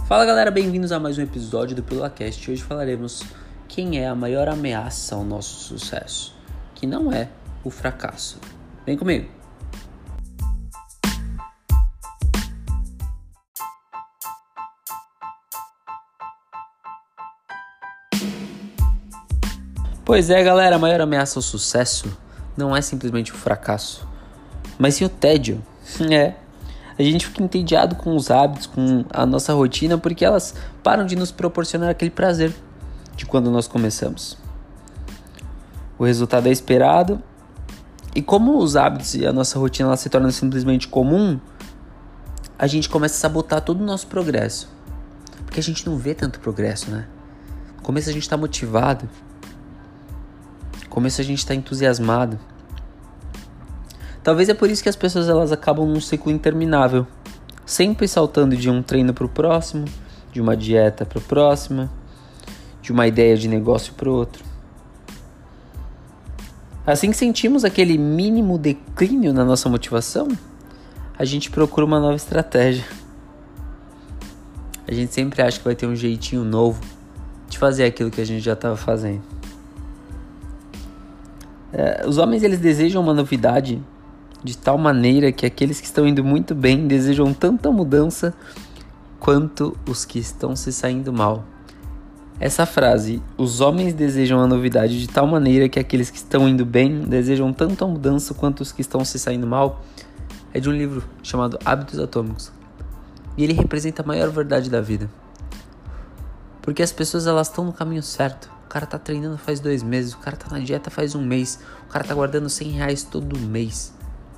Fala galera, bem-vindos a mais um episódio do PílulaCast. Hoje falaremos quem é a maior ameaça ao nosso sucesso, que não é o fracasso. Vem comigo! Pois é galera, a maior ameaça ao sucesso não é simplesmente o fracasso, mas sim o tédio. A gente fica entediado com os hábitos, com a nossa rotina, porque elas param de nos proporcionar aquele prazer de quando nós começamos. O resultado é esperado, e como os hábitos e a nossa rotina ela se tornam simplesmente comum, a gente começa a sabotar todo o nosso progresso. Porque a gente não vê tanto progresso, né? No começo a gente está motivado, no começo a gente está entusiasmado. Talvez é por isso que as pessoas elas acabam num ciclo interminável, sempre saltando de um treino para o próximo, de uma dieta para a próxima, de uma ideia de negócio para o outro. Assim que sentimos aquele mínimo declínio na nossa motivação, a gente procura uma nova estratégia. A gente sempre acha que vai ter um jeitinho novo de fazer aquilo que a gente já estava fazendo. Os homens eles desejam uma novidade de tal maneira que aqueles que estão indo muito bem desejam tanta mudança quanto os que estão se saindo mal. Essa frase, os homens desejam a novidade de tal maneira que aqueles que estão indo bem desejam tanto a mudança quanto os que estão se saindo mal, é de um livro chamado Hábitos Atômicos. E ele representa a maior verdade da vida. Porque as pessoas elas estão no caminho certo. O cara tá treinando faz 2 meses, o cara tá na dieta faz 1 mês, o cara tá guardando R$100 todo mês.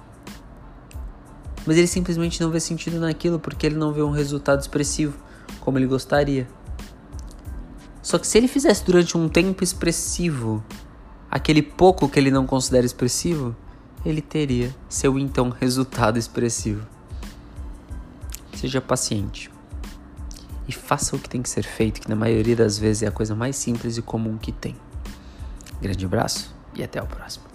Mas ele simplesmente não vê sentido naquilo porque ele não vê um resultado expressivo como ele gostaria. Só que se ele fizesse durante um tempo expressivo aquele pouco que ele não considera expressivo, ele teria seu então resultado expressivo. Seja paciente e faça o que tem que ser feito, que na maioria das vezes é a coisa mais simples e comum que tem. Grande abraço e até o próximo.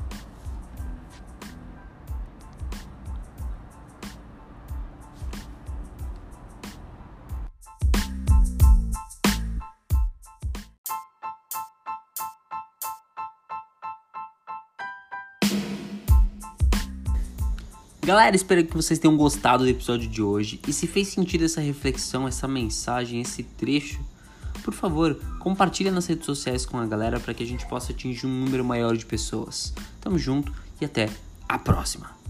Galera, espero que vocês tenham gostado do episódio de hoje. E se fez sentido essa reflexão, essa mensagem, esse trecho, por favor, compartilha nas redes sociais com a galera para que a gente possa atingir um número maior de pessoas. Tamo junto e até a próxima!